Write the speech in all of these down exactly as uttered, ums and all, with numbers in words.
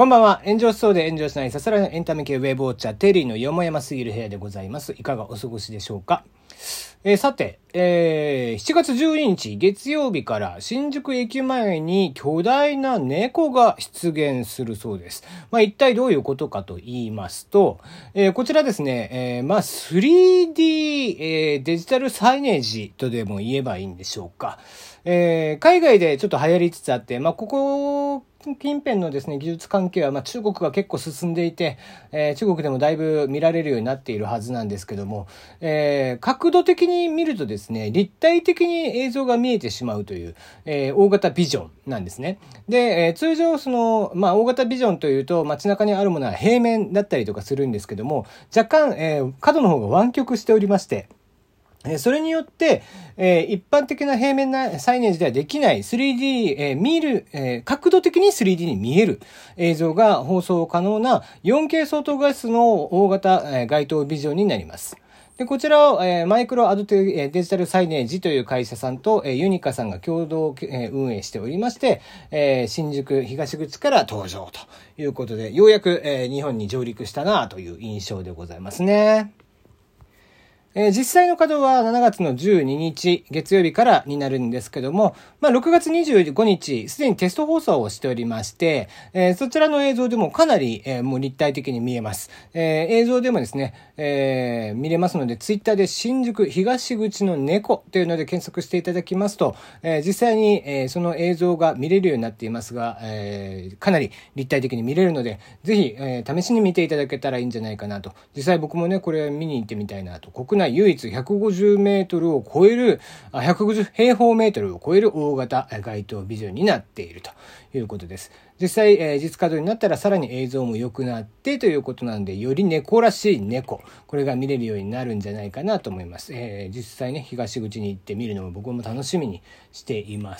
こんばんは。炎上しそうで炎上しないさすらいのエンタメ系ウェブウォッチャーテリーのよもやますぎる部屋でございます。いかがお過ごしでしょうか。えー、さて、えー、しちがつじゅうににち月曜日から新宿駅前に巨大な猫が出現するそうです。まあ一体どういうことかと言いますと、えー、こちらですね、えー、まあ スリーディー、えー、デジタルサイネージとでも言えばいいんでしょうか。えー、海外でちょっと流行りつつあって、まあここ近辺のですね、技術関係は、まあ、中国が結構進んでいて、えー、中国でもだいぶ見られるようになっているはずなんですけども、えー、角度的に見るとですね、立体的に映像が見えてしまうという、えー、大型ビジョンなんですね。で、えー、通常その、まあ、大型ビジョンというと街中にあるものは平面だったりとかするんですけども、若干、えー、角の方が湾曲しておりまして、それによって、えー、一般的な平面なサイネージではできない スリーディー、えー、見る、えー、角度的に スリーディー に見える映像が放送可能な よんケー 相当画質の大型、えー、街頭ビジョンになります。で、こちらを、えー、マイクロアドテデジタルサイネージという会社さんと、えー、ユニカさんが共同、えー、運営しておりまして、えー、新宿東口から登場ということで、ようやく、えー、日本に上陸したなという印象でございますね。えー、実際の稼働はしちがつのじゅうににち月曜日からになるんですけども、まあ、ろくがつにじゅうごにちすでにテスト放送をしておりまして、えー、そちらの映像でもかなり、えー、もう立体的に見えます。えー、映像でもですね、えー、見れますので、ツイッターで新宿東口の猫というので検索していただきますと、えー、実際に、えー、その映像が見れるようになっていますが、えー、かなり立体的に見れるので、ぜひ、えー、試しに見ていただけたらいいんじゃないかなと。実際僕もね、これ見に行ってみたいなと。国内唯一ひゃくごじゅうメートルを超える、ひゃくごじゅう平方メートルを超える大型街頭ビジョンになっているということです。実際、えー、実稼働になったらさらに映像も良くなってということなので、より猫らしい猫、これが見れるようになるんじゃないかなと思います。えー、実際ね、東口に行って見るのも僕も楽しみにしています。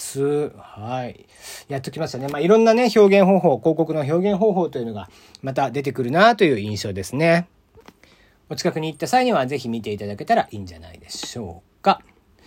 はい。やっときましたね。まあ、いろんなね、表現方法、広告の表現方法というのがまた出てくるなという印象ですね。お近くに行った際にはぜひ見ていただけたらいいんじゃないでしょうか。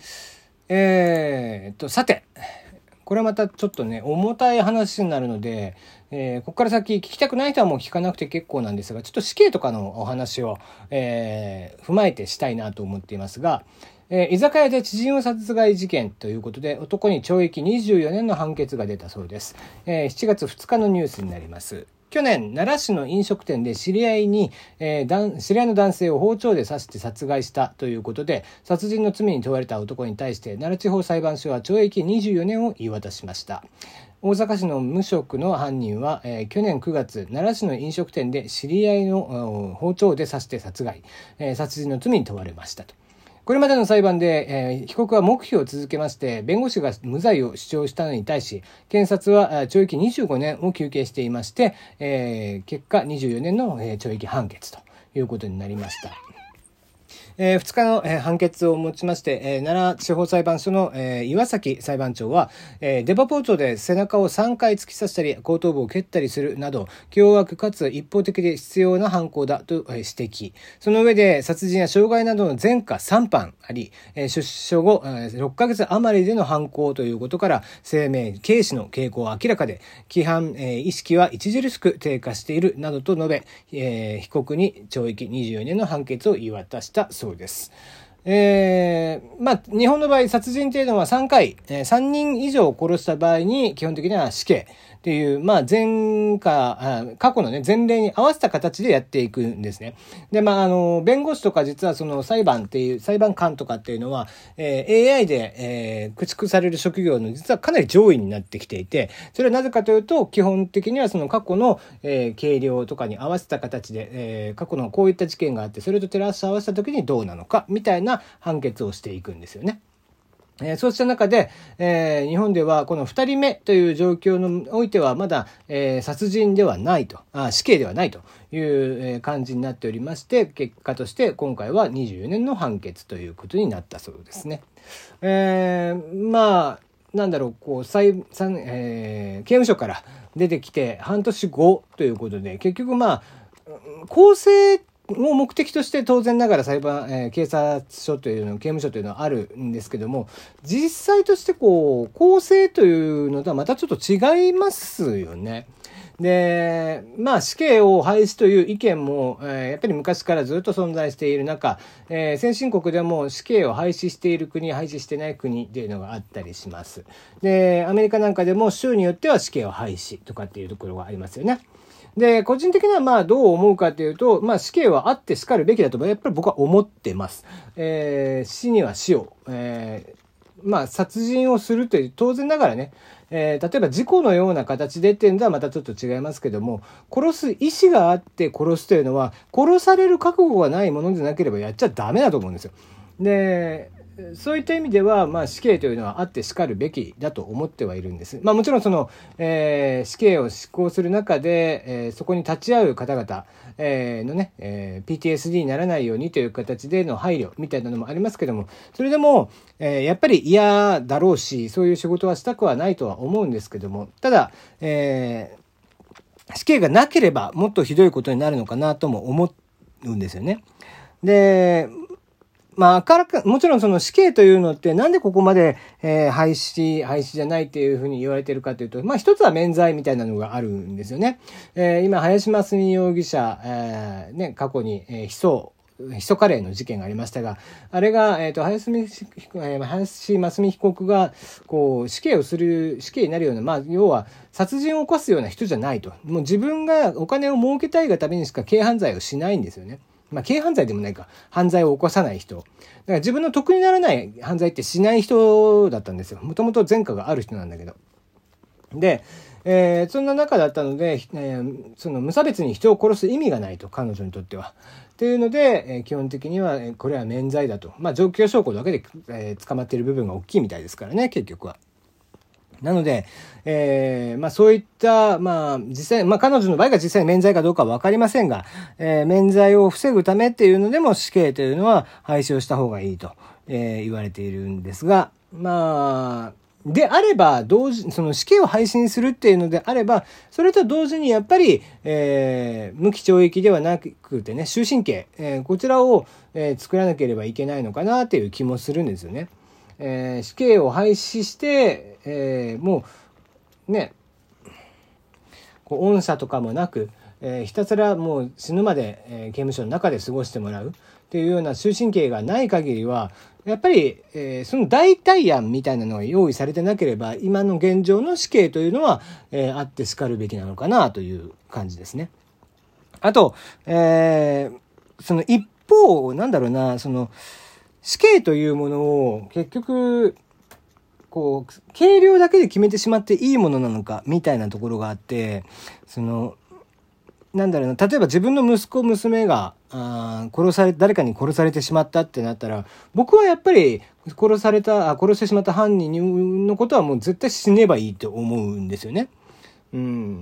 えー、っと、さて、これはまたちょっとね、重たい話になるので、えー、ここから先聞きたくない人はもう聞かなくて結構なんですが、ちょっと死刑とかのお話を、えー、踏まえてしたいなと思っていますが、えー、居酒屋で知人を殺害事件ということで、男に懲役にじゅうよねんの判決が出たそうです。えー、しちがつふつかのニュースになります。去年、奈良市の飲食店で知り合いに、えー、知り合いの男性を包丁で刺して殺害したということで、殺人の罪に問われた男に対して、奈良地方裁判所は懲役にじゅうよねんを言い渡しました。大阪市の無職の犯人は、えー、去年くがつ、奈良市の飲食店で知り合いの包丁で刺して殺害、えー、殺人の罪に問われましたと。これまでの裁判で、えー、被告は黙秘を続けまして、弁護士が無罪を主張したのに対し、検察は懲役にじゅうごねんを求刑していまして、えー、結果にじゅうよねんの懲役判決ということになりました。えー、ふつかの、えー、判決をもちまして、えー、奈良地方裁判所の、えー、岩崎裁判長は、えー、出刃包丁で背中をさんかい突き刺したり後頭部を蹴ったりするなど凶悪かつ一方的で必要な犯行だと、えー、指摘。その上で殺人や傷害などの前科さんばんあり、えー、出所後、えー、ろっかげつ余りでの犯行ということから生命軽視の傾向は明らかで規範、えー、意識は著しく低下しているなどと述べ、えー、被告に懲役にじゅうよねんの判決を言い渡したそうです。えー、まあ、日本の場合、殺人というのはさんかい、えー、さんにん以上殺した場合に基本的には死刑っていう、まあ、前科、過去のね、前例に合わせた形でやっていくんですね。で、まあ、あの、弁護士とか実はその裁判っていう、裁判官とかっていうのは、えー、エーアイ で、えー、駆逐される職業の実はかなり上位になってきていて、それはなぜかというと、基本的にはその過去の、えー、計量とかに合わせた形で、えー、過去のこういった事件があって、それと照らし合わせた時にどうなのか、みたいな判決をしていくんですよね。えー、そうした中で、えー、日本ではこの二人目という状況においてはまだ、えー、殺人ではないと、あ、死刑ではないという、えー、感じになっておりまして、結果として今回はにじゅうよねんの判決ということになったそうですね。えー、まあ、なんだろう、こう、裁、えー、刑務所から出てきて半年後ということで、結局まあ、更生を目的として当然ながら裁判、えー、警察署というの、刑務所というのはあるんですけども、実際としてこう、更生というのとはまたちょっと違いますよね。 で、まあ死刑を廃止という意見も、えー、やっぱり昔からずっと存在している中、えー、先進国でも死刑を廃止している国、廃止してない国っていうのがあったりします。で、アメリカなんかでも州によっては死刑を廃止とかっていうところがありますよね。で、個人的にはまあどう思うかというと、まあ死刑はあってしかるべきだと、やっぱり僕は思ってます。えー、死には死を、えーまあ、殺人をするという、当然ながらね、えー、例えば事故のような形でっていうのはまたちょっと違いますけども、殺す意思があって殺すというのは、殺される覚悟がないものでなければやっちゃダメだと思うんですよ。で、そういった意味では、まあ、死刑というのはあってしかるべきだと思ってはいるんです。まあ、もちろんその、えー、死刑を執行する中で、えー、そこに立ち会う方々、えー、のね、えー、ピーティーエスディー にならないようにという形での配慮みたいなのもありますけども、それでも、えー、やっぱり嫌だろうし、そういう仕事はしたくはないとは思うんですけども、ただ、えー、死刑がなければもっとひどいことになるのかなとも思うんですよね。で、まあ、明らか、もちろんその死刑というのってなんでここまで、えー、廃止、廃止じゃないっていうふうに言われてるかというと、まあ一つは免罪みたいなのがあるんですよね。えー、今、林真澄容疑者、えー、ね、過去に、えー、ヒ素、ヒ素カレーの事件がありましたが、あれが、えっと、林真澄被告が、こう、死刑をする、死刑になるような、まあ、要は、殺人を起こすような人じゃないと。もう自分がお金を儲けたいがためにしか軽犯罪をしないんですよね。まあ、軽犯罪でもないか。犯罪を起こさない人。だから自分の得にならない犯罪ってしない人だったんですよ。もともと前科がある人なんだけど。で、えー、そんな中だったので、えー、その無差別に人を殺す意味がないと、彼女にとっては。っていうので、えー、基本的には、えー、これは免罪だと。まあ、状況証拠だけで、えー、捕まっている部分が大きいみたいですからね、結局は。なので、えー、まあそういった、まあ実際、まあ彼女の場合が実際に免罪かどうかはわかりませんが、えー、免罪を防ぐためっていうのでも死刑というのは廃止をした方がいいと、えー、言われているんですが、まあ、であれば、同時、その死刑を廃止にするっていうのであれば、それと同時にやっぱり、えー、無期懲役ではなくてね、終身刑、えー、こちらを、えー、作らなければいけないのかなっていう気もするんですよね。えー、死刑を廃止して、えー、もうねこう恩赦とかもなく、えー、ひたすらもう死ぬまで、えー、刑務所の中で過ごしてもらうっていうような終身刑がない限りはやっぱり、えー、その代替案みたいなのが用意されてなければ今の現状の死刑というのは、えー、あってしかるべきなのかなという感じですね。あと、えー、その一方なんだろうなその死刑というものを結局こう軽量だけで決めてしまっていいものなのかみたいなところがあって、そのなんだろうな例えば自分の息子娘があ殺され誰かに殺されてしまったってなったら僕はやっぱり殺されたあ殺してしまった犯人のことはもう絶対死ねばいいと思うんですよね。うん、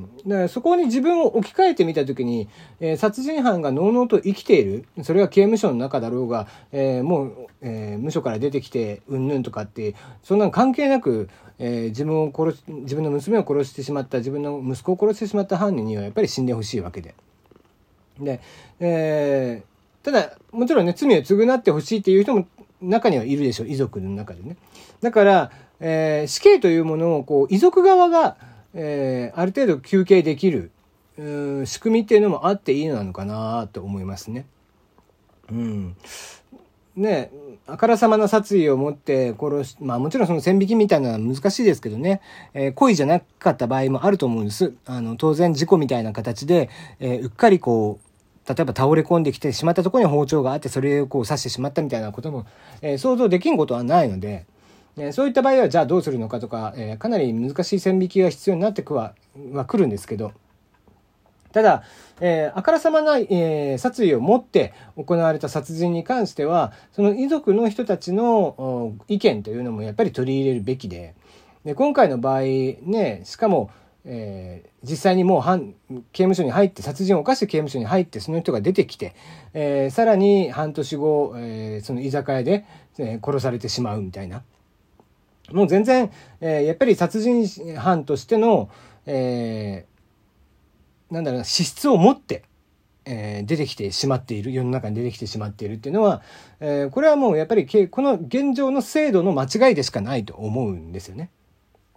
だからそこに自分を置き換えてみたときに、えー、殺人犯がのうのうと生きているそれは刑務所の中だろうが、えー、もう、えー、無所から出てきてうんぬんとかってそんなの関係なく、えー、自分を殺し自分の娘を殺してしまった自分の息子を殺してしまった犯人にはやっぱり死んでほしいわけでで、えー、ただもちろんね罪を償ってほしいっていう人も中にはいるでしょう遺族の中でね。だから、えー、死刑というものをこう遺族側がえー、ある程度求刑できる仕組みっていうのもあっていいのかなと思いますね。うん。ねあからさまな殺意を持って殺し、まあもちろんその線引きみたいなのは難しいですけどね、えー、故意じゃなかった場合もあると思うんです。あの、当然事故みたいな形で、えー、うっかりこう、例えば倒れ込んできてしまったところに包丁があってそれをこう刺してしまったみたいなことも、えー、想像できんことはないので、そういった場合はじゃあどうするのかとか、えー、かなり難しい線引きが必要になってくはは来るんですけど、ただ、えー、あからさまな、えー、殺意を持って行われた殺人に関してはその遺族の人たちの意見というのもやっぱり取り入れるべきで、で今回の場合ねしかも、えー、実際にもう犯刑務所に入って殺人を犯して刑務所に入ってその人が出てきて、えー、さらに半年後、えー、その居酒屋で、えー、殺されてしまうみたいな。もう全然、えー、やっぱり殺人犯としての、えー、なんだろうな資質を持って、えー、出てきてしまっている世の中に出てきてしまっているっていうのは、えー、これはもうやっぱりこの現状の制度の間違いでしかないと思うんですよね。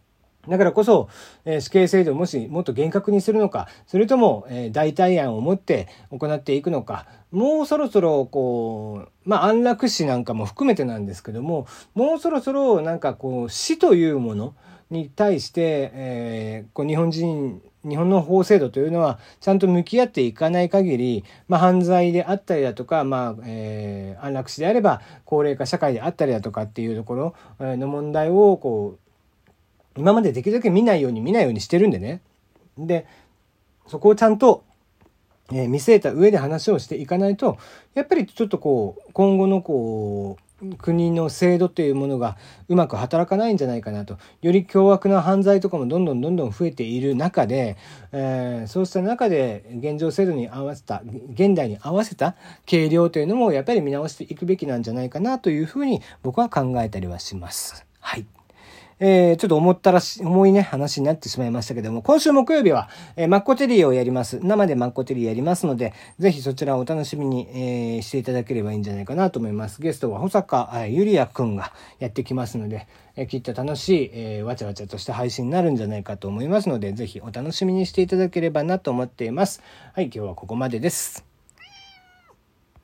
だからこそ、えー、死刑制度をもしもっと厳格にするのか、それとも、えー、代替案を持って行っていくのか、もうそろそろこう、まあ安楽死なんかも含めてなんですけども、もうそろそろなんかこう死というものに対して、えー、こう日本人日本の法制度というのはちゃんと向き合っていかない限り、まあ、犯罪であったりだとか、まあえー、安楽死であれば高齢化社会であったりだとかっていうところの問題をこう今までできるだけ見ないように見ないようにしてるんでね。でそこをちゃんと、えー、見据えた上で話をしていかないと、やっぱりちょっとこう今後のこう国の制度というものがうまく働かないんじゃないかなと。より凶悪な犯罪とかもどんどんどんどん増えている中で、えー、そうした中で現状制度に合わせた現代に合わせた計量というのもやっぱり見直していくべきなんじゃないかなというふうに僕は考えたりはします。はい。えー、ちょっと思ったらし、重いね、話になってしまいましたけども、今週木曜日は、えー、マッコテリーをやります。生でマッコテリーやりますので、ぜひそちらをお楽しみに、えー、していただければいいんじゃないかなと思います。ゲストは保坂ゆりやくんがやってきますので、えー、きっと楽しい、えー、わちゃわちゃとした配信になるんじゃないかと思いますので、ぜひお楽しみにしていただければなと思っています。はい、今日はここまでです。